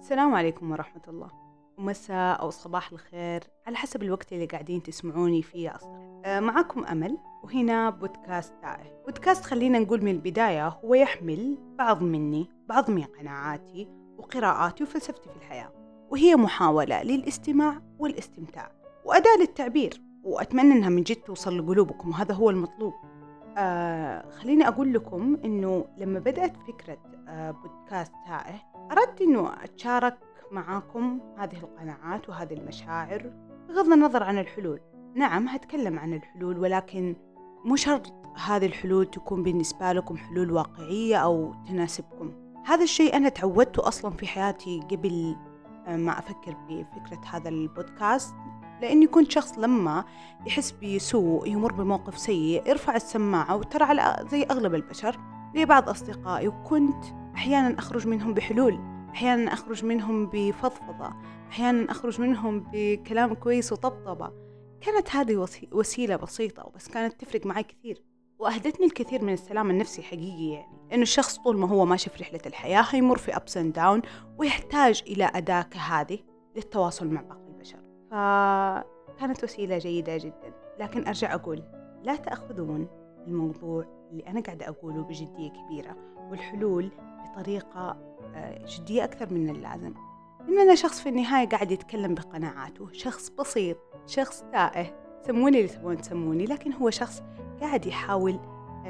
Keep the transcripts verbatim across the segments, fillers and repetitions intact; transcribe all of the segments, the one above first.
السلام عليكم ورحمة الله، ومساء أو صباح الخير على حسب الوقت اللي قاعدين تسمعوني فيه أصلا. أه معكم أمل، وهنا بودكاست تائه. بودكاست خلينا نقول من البداية هو يحمل بعض مني بعض من قناعاتي وقراءاتي وفلسفتي في الحياة، وهي محاولة للاستماع والاستمتاع وأداة للتعبير، وأتمنى أنها من جد توصل لقلوبكم، وهذا هو المطلوب. آه خليني أقول لكم أنه لما بدأت فكرة آه بودكاست تائه أردت أنه أتشارك معاكم هذه القناعات وهذه المشاعر بغض النظر عن الحلول. نعم هتكلم عن الحلول، ولكن مو شرط هذه الحلول تكون بالنسبة لكم حلول واقعية أو تناسبكم. هذا الشيء أنا تعودته أصلا في حياتي قبل ما أفكر بفكرة هذا البودكاست، لأني كنت شخص لما يحس بسوء يمر بموقف سيء يرفع السماعة، وترى على زي أغلب البشر لي بعض أصدقائي، وكنت أحيانا أخرج منهم بحلول، أحيانا أخرج منهم بفضفضة، أحيانا أخرج منهم بكلام كويس وطبطبة. كانت هذه وسيلة بسيطة بس كانت تفرق معي كثير، وأهدتني الكثير من السلام النفسي حقيقي. يعني إنه الشخص طول ما هو ماشي في رحلة الحياة هيمر في ups and down، ويحتاج إلى أداة كهذه للتواصل مع باقي البشر، فكانت وسيلة جيدة جدا. لكن أرجع أقول، لا تأخذون الموضوع اللي أنا قاعدة أقوله بجدية كبيرة، والحلول بطريقة جدية أكثر من اللازم. إن أنا شخص في النهاية قاعد يتكلم بقناعاته، شخص بسيط، شخص تائه، سموني اللي تبون تسموني، لكن هو شخص قاعد يحاول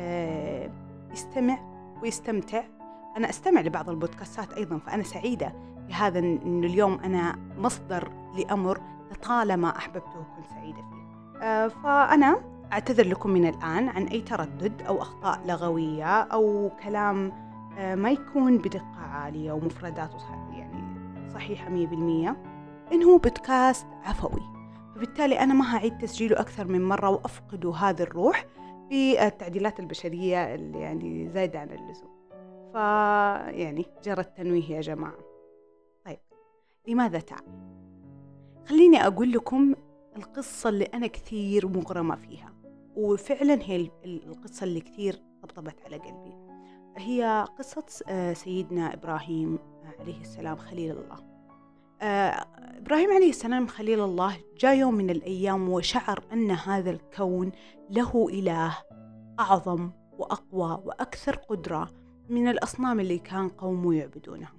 يستمع ويستمتع. أنا أستمع لبعض البودكاستات أيضا، فأنا سعيدة بهذا، إنه اليوم أنا مصدر لأمر لطالما أحببته وكنت سعيدة فيه. فأنا أعتذر لكم من الآن عن أي تردد أو أخطاء لغوية أو كلام ما يكون بدقة عالية ومفرداته يعني صحيحة مية بالمية، إنه بودكاست عفوي، فبالتالي أنا ما هعيد تسجيله أكثر من مرة وأفقد هذه الروح بالتعديلات البشرية اللي يعني زايدة عن اللزوم. فيعني جرى التنويه يا جماعة. طيب، لماذا تعب؟ خليني أقول لكم القصة اللي أنا كثير مغرمة فيها، وفعلا هي القصة اللي كثير طبطبت على قلبي. هي قصة سيدنا إبراهيم عليه السلام خليل الله. إبراهيم عليه السلام خليل الله جاء يوم من الأيام وشعر أن هذا الكون له إله أعظم وأقوى وأكثر قدرة من الأصنام اللي كان قومه يعبدونها.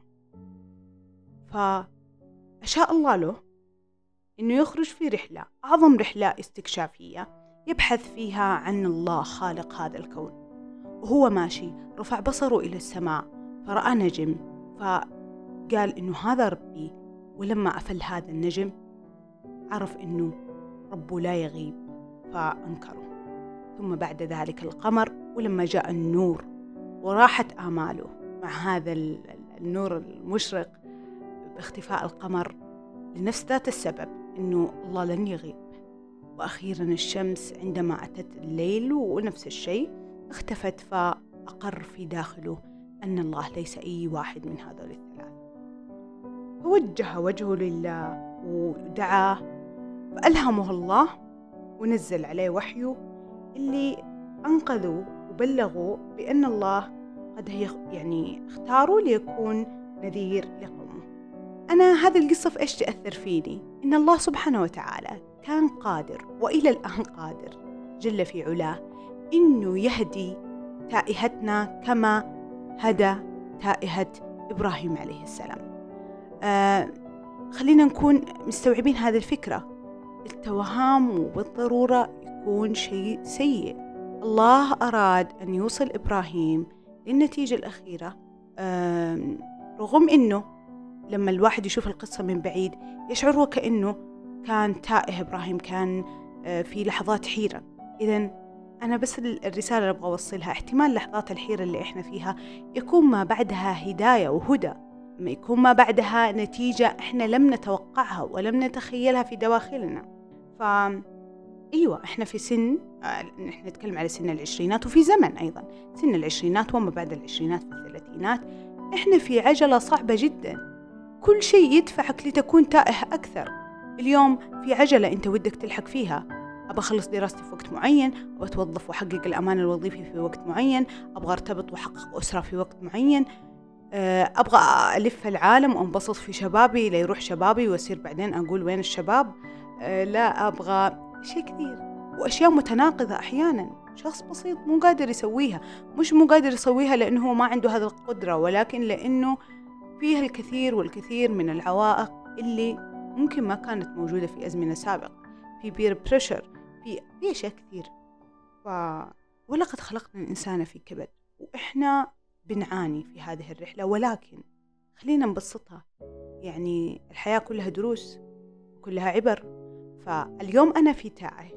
فأشاء الله له إنه يخرج في رحلة، أعظم رحلة استكشافية، يبحث فيها عن الله خالق هذا الكون. وهو ماشي رفع بصره إلى السماء فرأى نجم، فقال إنه هذا ربي. ولما أفل هذا النجم عرف إنه ربه لا يغيب فأنكره. ثم بعد ذلك القمر، ولما جاء النور وراحت آماله مع هذا النور المشرق باختفاء القمر لنفس ذات السبب، إنه الله لن يغيب. وأخيرا الشمس عندما أتت الليل ونفس الشيء اختفت، فأقر في داخله أن الله ليس أي واحد من هذول الثلاث. فوجه وجهه لله ودعاه، فألهمه الله ونزل عليه وحيه اللي أنقذوا وبلغوا بأن الله قد يعني اختاروا ليكون نذير لقومه. أنا هذه القصة في إيش تأثر فيني؟ إن الله سبحانه وتعالى كان قادر وإلى الآن قادر جل في علاه إنه يهدي تائهتنا كما هدى تائهة إبراهيم عليه السلام. آه خلينا نكون مستوعبين هذه الفكرة. التوهام بالضرورة يكون شيء سيء. الله أراد أن يوصل إبراهيم للنتيجة الأخيرة، آه رغم إنه لما الواحد يشوف القصة من بعيد يشعر وكأنه كان تائه إبراهيم، كان آه في لحظات حيرة. إذن أنا بس الرسالة اللي أبغى أوصلها، احتمال لحظات الحيرة اللي إحنا فيها يكون ما بعدها هداية وهدى، ما يكون ما بعدها نتيجة إحنا لم نتوقعها ولم نتخيلها في دواخلنا. فا أيوة إحنا في سن، إحنا نتكلم على سن العشرينات، وفي زمن أيضا سن العشرينات وما بعد العشرينات في الثلاثينات، إحنا في عجلة صعبة جدا، كل شيء يدفعك لتكون تائه أكثر. اليوم في عجلة أنت ودك تلحق فيها، أبغى أخلص دراستي في وقت معين، أبغى أتوظف وأحقق الأمان الوظيفي في وقت معين، أبغى أرتبط وأحقق أسرة في وقت معين. أبغى ألف العالم وأنبسط في شبابي ليروح شبابي وأصير بعدين أقول وين الشباب. لا، أبغى شيء كثير وأشياء متناقضة أحيانا. شخص بسيط مو قادر يسويها، مش مو قادر يسويها لأنه هو ما عنده هذه القدرة، ولكن لأنه فيها الكثير والكثير من العوائق اللي ممكن ما كانت موجودة في أزمنة سابقة، في بير بريشر، في في أشياء كثير. ف... ولقد خلقنا الإنسان في كبد، وإحنا بنعاني في هذه الرحلة، ولكن خلينا نبسطها. يعني الحياة كلها دروس، كلها عبر. فاليوم أنا في تاعه،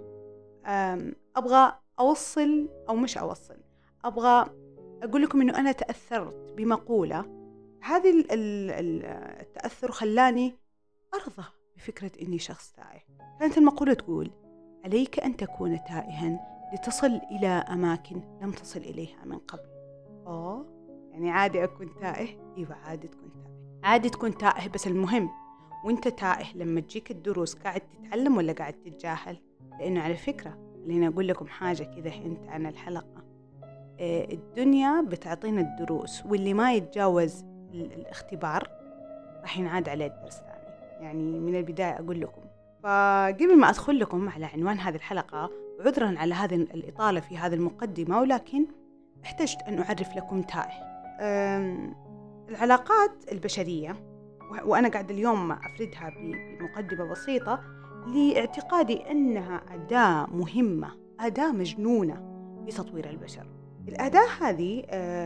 أبغى أوصل أو مش أوصل، أبغى أقول لكم إنه أنا تأثرت بمقولة. هذه التأثر خلاني أرضى بفكرة إني شخص تائه. كانت المقولة تقول: عليك أن تكون تائها لتصل إلى أماكن لم تصل إليها من قبل. أوه، يعني عادي أكون تائه؟ إيوه، عادي تكون تائه، عادي تكون تائه. بس المهم وانت تائه لما تجيك الدروس قاعد تتعلم ولا قاعد تتجاهل؟ لأنه على فكرة خليني أقول لكم حاجة كذا انت عن الحلقة. الدنيا بتعطينا الدروس، واللي ما يتجاوز الاختبار راح ينعاد عليه الدرس ثاني. يعني من البداية أقول لكم. فقبل ما أدخل لكم على عنوان هذه الحلقة، عذرا على هذه الإطالة في هذه المقدمة، ولكن احتجت أن أعرف لكم تائه. العلاقات البشرية، وأنا قاعد اليوم أفردها بمقدمة بسيطة لاعتقادي أنها أداة مهمة، أداة مجنونة لتطوير البشر. الأداة هذه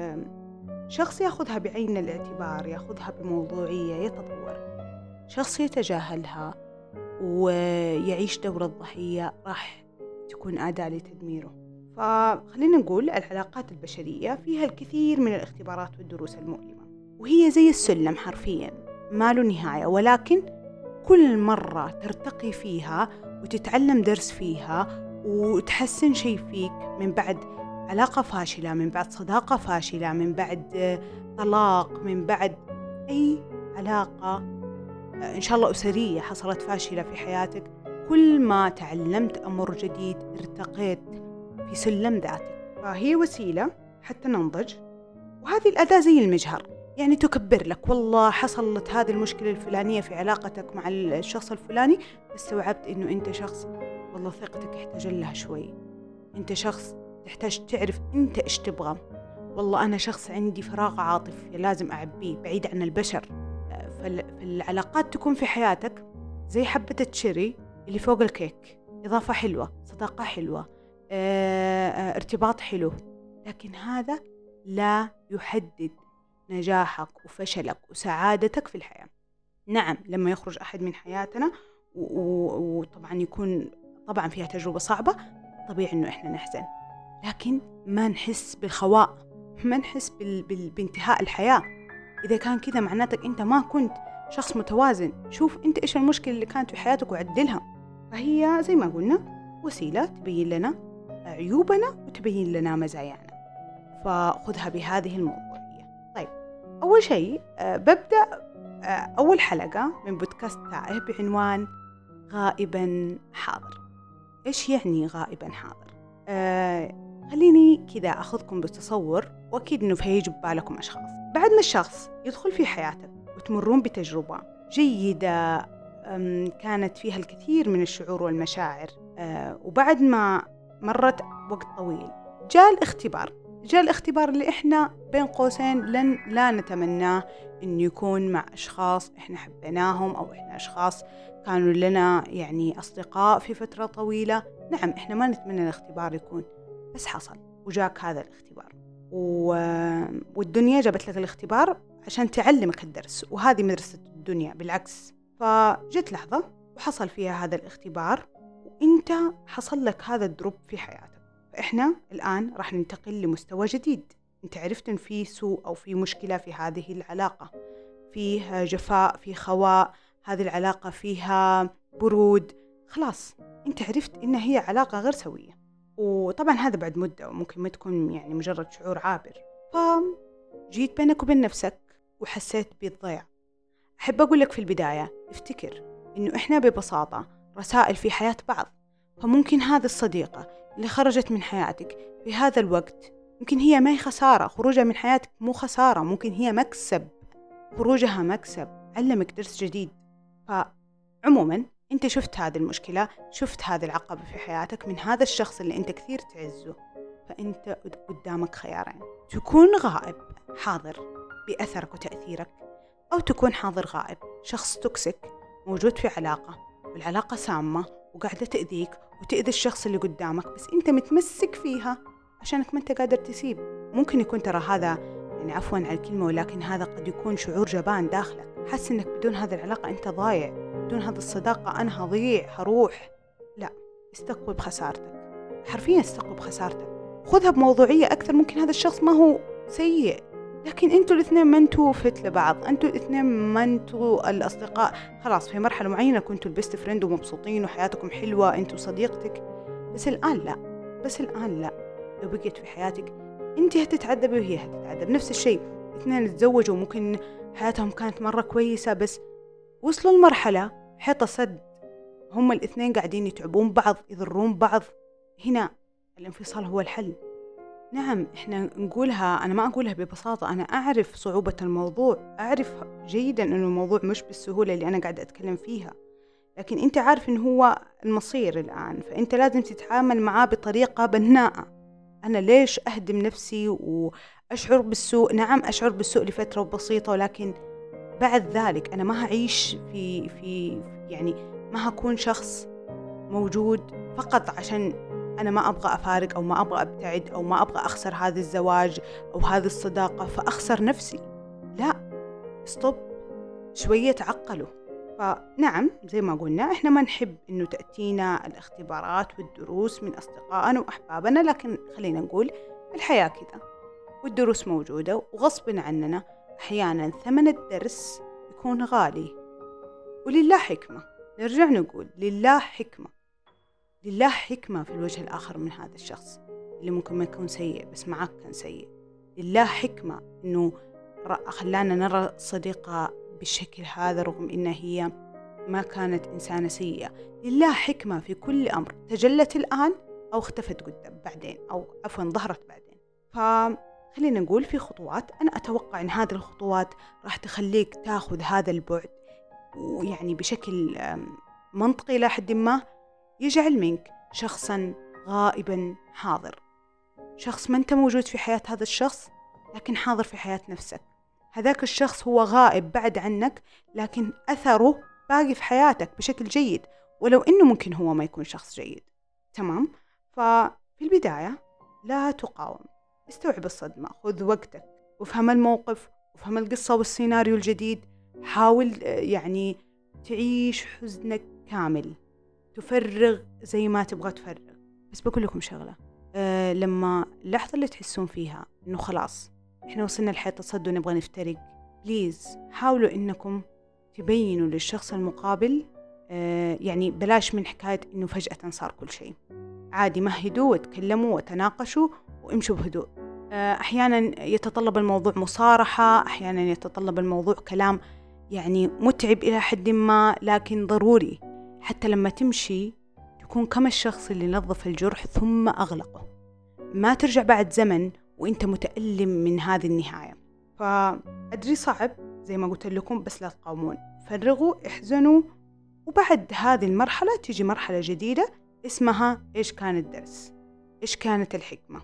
شخص يأخذها بعين الاعتبار، يأخذها بموضوعية، يتطور. شخص يتجاهلها ويعيش دور الضحية راح تكون أداة لتدميره. فخلينا نقول العلاقات البشرية فيها الكثير من الاختبارات والدروس المؤلمة، وهي زي السلم حرفياً ما له نهاية، ولكن كل مرة ترتقي فيها وتتعلم درس فيها وتحسن شيء فيك، من بعد علاقة فاشلة، من بعد صداقة فاشلة، من بعد طلاق، من بعد أي علاقة إن شاء الله أسرية حصلت فاشلة في حياتك، كل ما تعلمت أمر جديد ارتقيت في سلم ذاتك. فهي وسيلة حتى ننضج. وهذه الأداة زي المجهر، يعني تكبر لك. والله حصلت هذه المشكلة الفلانية في علاقتك مع الشخص الفلاني، استوعبت إنه أنت شخص والله ثقتك يحتاج لها شوي، أنت شخص تحتاج تعرف أنت إيش تبغى. والله أنا شخص عندي فراغ عاطفي لازم أعبيه بعيد عن البشر. فالعلاقات تكون في حياتك زي حبة التشيري اللي فوق الكيك، إضافة حلوة، صداقة حلوة، ارتباط حلو، لكن هذا لا يحدد نجاحك وفشلك وسعادتك في الحياة. نعم، لما يخرج أحد من حياتنا وطبعا يكون طبعا فيها تجربة صعبة، طبيعي إنه إحنا نحزن، لكن ما نحس بالخواء، ما نحس بال... بال... بانتهاء الحياة. إذا كان كذا معناتك أنت ما كنت شخص متوازن. شوف أنت إيش المشكلة اللي كانت في حياتك وعدلها. فهي زي ما قلنا وسيلة تبين لنا عيوبنا وتبين لنا مزايانا، فخذها بهذه الموضوعية. طيب، أول شيء أه ببدأ أه أول حلقة من بودكاست تائه بعنوان غائبا حاضر. إيش يعني غائبا حاضر؟ أه خليني كذا أخذكم بتصور، وأكيد إنه فيجي ببالكم أشخاص. بعد ما الشخص يدخل في حياتك وتمرون بتجربة جيدة كانت فيها الكثير من الشعور والمشاعر، أه وبعد ما مرت وقت طويل جاء الاختبار. جاء الاختبار اللي إحنا بين قوسين لن لا نتمناه إنه يكون مع أشخاص إحنا حبيناهم، أو إحنا أشخاص كانوا لنا يعني أصدقاء في فترة طويلة. نعم، إحنا ما نتمنى الاختبار يكون، بس حصل وجاك هذا الاختبار، و... والدنيا جابت لك الاختبار عشان تعلمك الدرس، وهذه مدرسة الدنيا بالعكس. فجت لحظة وحصل فيها هذا الاختبار، وإنت حصل لك هذا الدروب في حياتك. فإحنا الآن راح ننتقل لمستوى جديد. أنت عرفت إن في سوء أو في مشكلة في هذه العلاقة، فيه جفاء، في خواء، هذه العلاقة فيها برود. خلاص أنت عرفت إن هي علاقة غير سوية. وطبعا هذا بعد مدة، وممكن ما تكون يعني مجرد شعور عابر. فجيت بينك وبين نفسك وحسيت بالضياع. أحب أقول لك في البداية، افتكر إنه إحنا ببساطة رسائل في حياة بعض. فممكن هذه الصديقة اللي خرجت من حياتك في هذا الوقت ممكن هي ما هي خسارة، خروجها من حياتك مو خسارة، ممكن هي مكسب، خروجها مكسب، علمك درس جديد. فعموما أنت شفت هذه المشكلة، شفت هذه العقبة في حياتك من هذا الشخص اللي أنت كثير تعزه، فأنت قدامك خيارين: تكون غائب حاضر بأثرك وتأثيرك، أو تكون حاضر غائب شخص توكسيك موجود في علاقة، والعلاقة سامة وقاعدة تأذيك وتأذي الشخص اللي قدامك، بس أنت متمسك فيها عشانك ما أنت قادر تسيب. ممكن يكون ترى هذا، يعني عفوا على الكلمة، ولكن هذا قد يكون شعور جبان داخلك، حس أنك بدون هذه العلاقة أنت ضايع، بدون هذه الصداقة أنا هضيع هروح. لا، استقوي بخسارتك، حرفيا استقوي بخسارتك، خذها بموضوعية أكثر. ممكن هذا الشخص ما هو سيء، لكن أنتوا الاثنين ما أنتوا فت لبعض، أنتوا الاثنين ما أنتوا الأصدقاء، خلاص في مرحلة معينة كنتوا البيست فريند ومبسوطين وحياتكم حلوة أنتوا صديقتك، بس الآن لا، بس الآن لا. لو بقيت في حياتك أنت هتتعذبي وهي هتتعذب. نفس الشيء، اثنين تزوجوا ممكن حياتهم كانت مرة كويسة، بس وصلوا لمرحلة حيطة سد، هم الاثنين قاعدين يتعبون بعض، يضرون بعض، هنا الانفصال هو الحل. نعم إحنا نقولها، أنا ما أقولها ببساطة، أنا أعرف صعوبة الموضوع، أعرف جيدا أن الموضوع مش بالسهولة اللي أنا قاعدة أتكلم فيها، لكن أنت عارف أنه هو المصير الآن، فأنت لازم تتعامل معاه بطريقة بناءة. أنا ليش أهدم نفسي وأشعر بالسوء؟ نعم أشعر بالسوء لفترة بسيطة، ولكن بعد ذلك أنا ما هعيش في في يعني ما هكون شخص موجود فقط عشان أنا ما أبغى أفارق أو ما أبغى أبتعد أو ما أبغى أخسر هذا الزواج أو هذه الصداقة فأخسر نفسي. لا، ستوب شوية، تعقلوا. فنعم زي ما قلنا إحنا ما نحب إنه تأتينا الاختبارات والدروس من أصدقائنا وأحبابنا، لكن خلينا نقول الحياة كذا والدروس موجودة وغصب عننا أحيانا ثمن الدرس يكون غالي، ولله حكمة. نرجع نقول لله حكمة، لله حكمة في الوجه الآخر من هذا الشخص اللي ممكن ما يكون سيء بس معك كان سيء. لله حكمة إنه خلانا نرى صديقة بالشكل هذا رغم إنها هي ما كانت إنسانة سيئة. لله حكمة في كل أمر، تجلت الآن أو اختفت قدام بعدين، أو عفوا ظهرت بعدين. فخلينا نقول في خطوات أنا أتوقع إن هذه الخطوات راح تخليك تاخذ هذا البعد، ويعني بشكل منطقي إلى حد ما يجعل منك شخصا غائبا حاضر، شخص ما أنت موجود في حياة هذا الشخص لكن حاضر في حياة نفسك. هذاك الشخص هو غائب بعد عنك لكن أثره باقي في حياتك بشكل جيد، ولو إنه ممكن هو ما يكون شخص جيد. تمام؟ ففي البداية لا تقاوم، استوعب الصدمة، خذ وقتك وافهم الموقف وافهم القصة والسيناريو الجديد. حاول يعني تعيش حزنك كامل، تفرغ زي ما تبغى تفرغ. بس بقول لكم شغلة، أه لما اللحظة اللي تحسون فيها إنه خلاص إحنا وصلنا لحيط الصد ونبغى نفترق، بليز حاولوا إنكم تبينوا للشخص المقابل، أه يعني بلاش من حكاية إنه فجأة صار كل شيء. عادي، مهدوا وتكلموا وتناقشوا وامشوا بهدوء. أه أحيانا يتطلب الموضوع مصارحة، أحيانا يتطلب الموضوع كلام يعني متعب إلى حد ما، لكن ضروري حتى لما تمشي تكون كما الشخص اللي نظف الجرح ثم أغلقه، ما ترجع بعد زمن وإنت متألم من هذه النهاية. فأدري صعب زي ما قلت لكم، بس لا تقاومون، فرغوا، احزنوا، وبعد هذه المرحلة تيجي مرحلة جديدة اسمها إيش كان الدرس، إيش كانت الحكمة.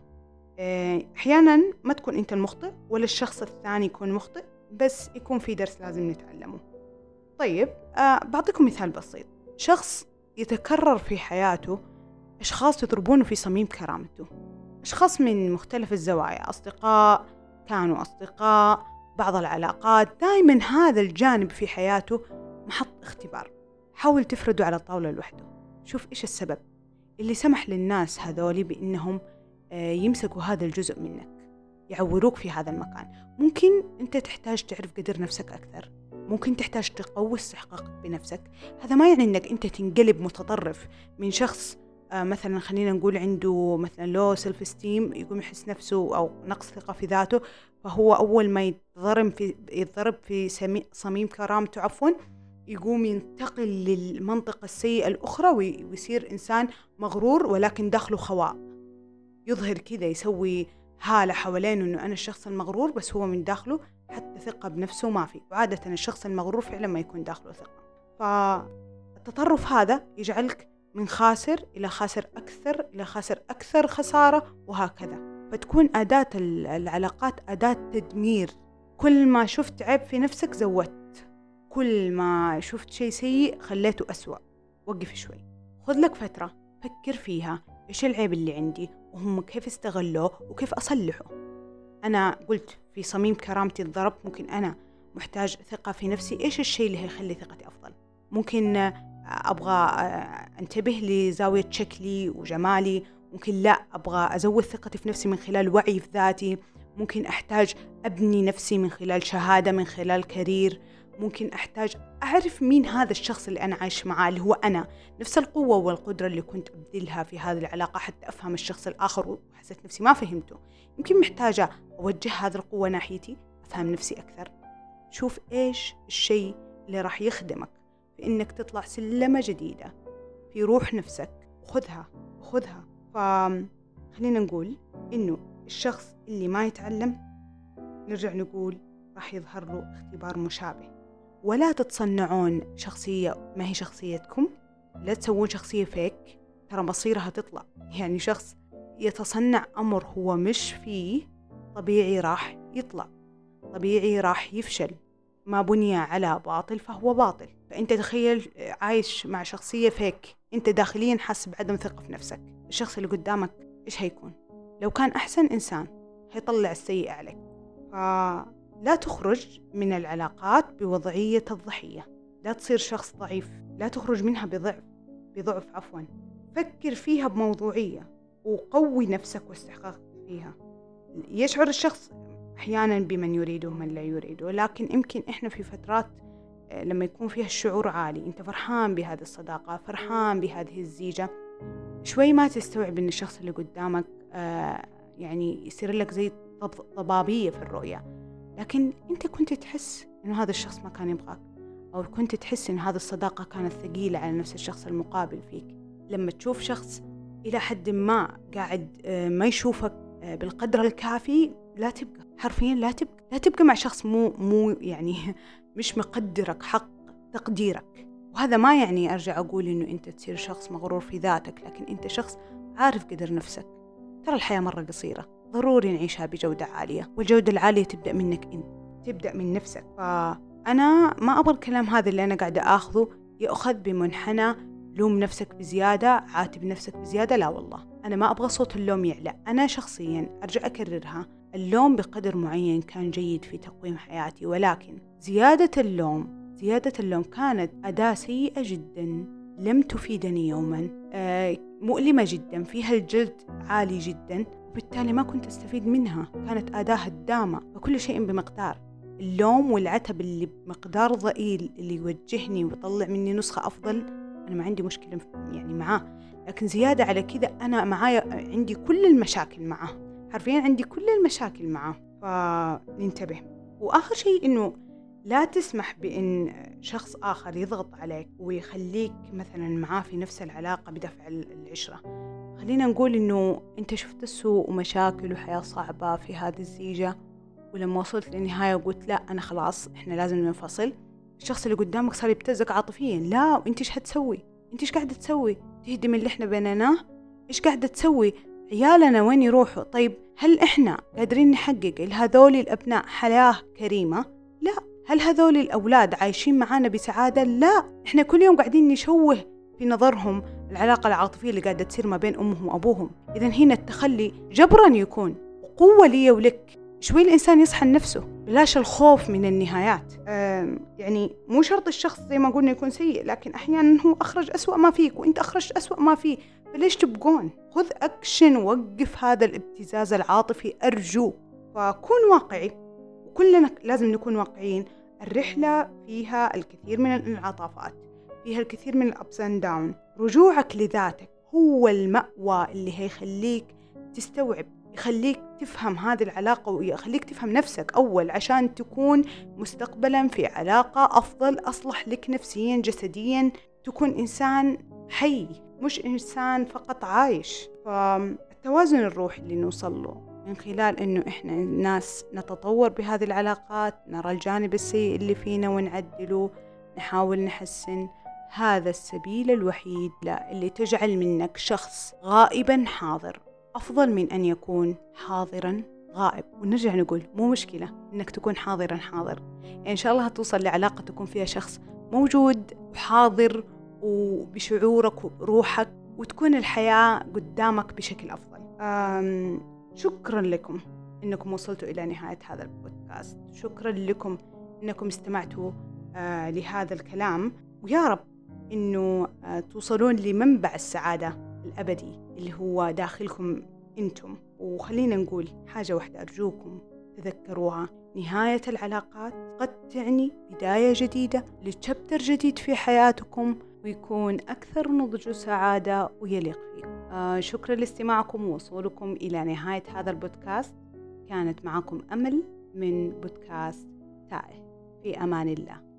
أحيانا ما تكون أنت المخطئ ولا الشخص الثاني يكون مخطئ، بس يكون في درس لازم نتعلمه. طيب أه بعطيكم مثال بسيط. شخص يتكرر في حياته أشخاص يضربونه في صميم كرامته، أشخاص من مختلف الزوايا، أصدقاء كانوا أصدقاء، بعض العلاقات، دائما هذا الجانب في حياته محط اختبار. حاول تفرده على الطاولة لوحده، شوف إيش السبب اللي سمح للناس هذولي بأنهم يمسكوا هذا الجزء منك، يعوروك في هذا المكان. ممكن أنت تحتاج تعرف قدر نفسك أكثر، ممكن تحتاج تقوي استحقاقك بنفسك. هذا ما يعني أنك أنت تنقلب متطرف من شخص آه مثلا خلينا نقول عنده مثلا لو سيلف استيم، يقوم يحس نفسه أو نقص ثقة في ذاته، فهو أول ما يتضرب في يتضرب في صميم كرامته عفوا يقوم ينتقل للمنطقة السيئة الأخرى ويصير إنسان مغرور ولكن داخله خواء، يظهر كذا، يسوي هالة حوالينه إنه أنا الشخص المغرور، بس هو من داخله حتى ثقة بنفسه ما في. وعادة الشخص المغرور فعلا ما يكون داخله ثقة. فالتطرف هذا يجعلك من خاسر إلى خاسر أكثر إلى خاسر أكثر خسارة، وهكذا. فتكون أداة العلاقات أداة تدمير. كل ما شفت عيب في نفسك زودت، كل ما شفت شيء سيء خليته أسوأ. وقف شوي، خذ لك فترة فكر فيها إيش العيب اللي عندي وهم كيف استغلوه وكيف أصلحه. أنا قلت في صميم كرامتي الضرب، ممكن أنا محتاج ثقة في نفسي. إيش الشيء اللي هيخلي ثقتي أفضل؟ ممكن أبغى أنتبه لزاوية شكلي وجمالي، ممكن لا أبغى أزود ثقتي في نفسي من خلال وعي في ذاتي، ممكن أحتاج أبني نفسي من خلال شهادة، من خلال كارير، ممكن أحتاج أعرف مين هذا الشخص اللي أنا عايش معاه، اللي هو أنا. نفس القوة والقدرة اللي كنت أبذلها في هذه العلاقة حتى أفهم الشخص الآخر وحسيت نفسي ما فهمته، يمكن محتاجة أوجه هذه القوة ناحيتي، أفهم نفسي أكثر. شوف إيش الشيء اللي راح يخدمك في إنك تطلع سلمة جديدة في روح نفسك، وخذها وخذها. فخلينا نقول إنه الشخص اللي ما يتعلم، نرجع نقول راح يظهر له اختبار مشابه. ولا تتصنعون شخصية ما هي شخصيتكم، لا تسوون شخصية فيك، ترى مصيرها تطلع. يعني شخص يتصنع أمر هو مش فيه، طبيعي راح يطلع، طبيعي راح يفشل. ما بني على باطل فهو باطل. فأنت تخيل عايش مع شخصية فيك، أنت داخليا حاسس بعدم ثقة في نفسك. الشخص اللي قدامك إيش هيكون؟ لو كان أحسن إنسان هيطلع السيء عليك. فلا تخرج من العلاقات بوضعية الضحية، لا تصير شخص ضعيف، لا تخرج منها بضعف بضعف عفوا فكر فيها بموضوعية وقوي نفسك واستحقاق فيها. يشعر الشخص أحيانا بمن يريده ومن لا يريده، لكن يمكن إحنا في فترات لما يكون فيها الشعور عالي، أنت فرحان بهذه الصداقة، فرحان بهذه الزيجة، شوي ما تستوعب أن الشخص اللي قدامك آه يعني يصير لك زي ضبابية في الرؤية. لكن أنت كنت تحس أنه هذا الشخص ما كان يبغاك، أو كنت تحس أن هذه الصداقة كانت ثقيلة على نفس الشخص المقابل فيك. لما تشوف شخص إلى حد ما قاعد آه ما يشوفك آه بالقدر الكافي، لا تبقى، حرفيا لا تبقى لا تبقى مع شخص مو مو يعني مش مقدرك حق تقديرك. وهذا ما يعني أرجع أقول إنه أنت تصير شخص مغرور في ذاتك، لكن أنت شخص عارف قدر نفسك. ترى الحياة مرة قصيرة، ضروري نعيشها بجودة عالية، والجودة العالية تبدأ منك أنت، تبدأ من نفسك. فأنا ما أبغى الكلام هذا اللي أنا قاعدة أخذه يأخذ بمنحنى لوم نفسك بزيادة، عاتب نفسك بزيادة. لا والله، أنا ما أبغى صوت اللوم يعلى. أنا شخصيا أرجع أكررها، اللوم بقدر معين كان جيد في تقويم حياتي، ولكن زيادة اللوم زيادة اللوم كانت أداة سيئة جدا لم تفيدني يوما، آه مؤلمة جدا، فيها الجلد عالي جدا، وبالتالي ما كنت أستفيد منها، كانت أداة هدامة. فكل شيء بمقدار. اللوم والعتب اللي بمقدار ضئيل اللي يوجهني ويطلع مني نسخة أفضل، أنا ما عندي مشكلة يعني معاه. لكن زيادة على كذا أنا معايا عندي كل المشاكل معاه، حرفيا عندي كل المشاكل معاه. فننتبه. وآخر شيء إنه لا تسمح بأن شخص آخر يضغط عليك ويخليك مثلا معاه في نفس العلاقة بدفع العشرة. خلينا نقول إنه أنت شفت السوء ومشاكل وحياة صعبة في هذه الزيجة، ولما وصلت للنهاية وقلت لا أنا خلاص إحنا لازم ننفصل، الشخص اللي قدامك صار يبتزك عاطفيا. لا، وإنت إيش هتسوي؟ إنت إيش قاعدة تسوي؟ تهدم اللي إحنا بنيناه؟ إيش قاعدة تسوي؟ عيالنا وين يروحوا؟ طيب هل إحنا قادرين نحقق لهذول الأبناء حياة كريمة؟ لا. هل هذول الأولاد عايشين معانا بسعادة؟ لا. إحنا كل يوم قاعدين نشوه في نظرهم العلاقة العاطفية اللي قاعدة تصير ما بين أمهم وأبوهم. إذن هنا التخلي جبرا يكون قوة لي ولك. شوي الإنسان يصحى لنفسه، بلاش الخوف من النهايات. يعني مو شرط الشخص زي ما قلنا يكون سيء، لكن أحيانا هو أخرج أسوأ ما فيك وإنت أخرجت أسوأ ما فيه، فليش تبقون؟ خذ أكشن، وقف هذا الابتزاز العاطفي أرجو. فكون واقعي، وكلنا لازم نكون واقعيين. الرحلة فيها الكثير من الانعطافات، فيها الكثير من الأبس أند داون. رجوعك لذاتك هو المأوى اللي هيخليك تستوعب، يخليك تفهم هذه العلاقة، ويخليك تفهم نفسك أول عشان تكون مستقبلا في علاقة أفضل، أصلح لك نفسيا جسديا، تكون إنسان حي مش إنسان فقط عايش. فالتوازن الروحي اللي نوصل له من خلال إنه إحنا الناس نتطور بهذه العلاقات، نرى الجانب السيء اللي فينا ونعدله، نحاول نحسن. هذا السبيل الوحيد اللي تجعل منك شخص غائبا حاضر، أفضل من أن يكون حاضرا غائب. ونرجع نقول مو مشكلة إنك تكون حاضرا حاضر، يعني إن شاء الله توصل لعلاقة تكون فيها شخص موجود وحاضر وبشعورك وبروحك، وتكون الحياة قدامك بشكل أفضل. شكرا لكم إنكم وصلتوا إلى نهاية هذا البودكاست، شكرا لكم إنكم استمعتوا آه لهذا الكلام، ويا رب إنه آه توصلون لمنبع السعادة الأبدي اللي هو داخلكم أنتم. وخلينا نقول حاجة واحدة أرجوكم تذكروها: نهاية العلاقات قد تعني بداية جديدة لشابتر جديد في حياتكم، ويكون أكثر نضج وسعادة ويليق فيكم. آه شكرا لاستماعكم ووصولكم إلى نهاية هذا البودكاست. كانت معكم أمل من بودكاست تائه. في أمان الله.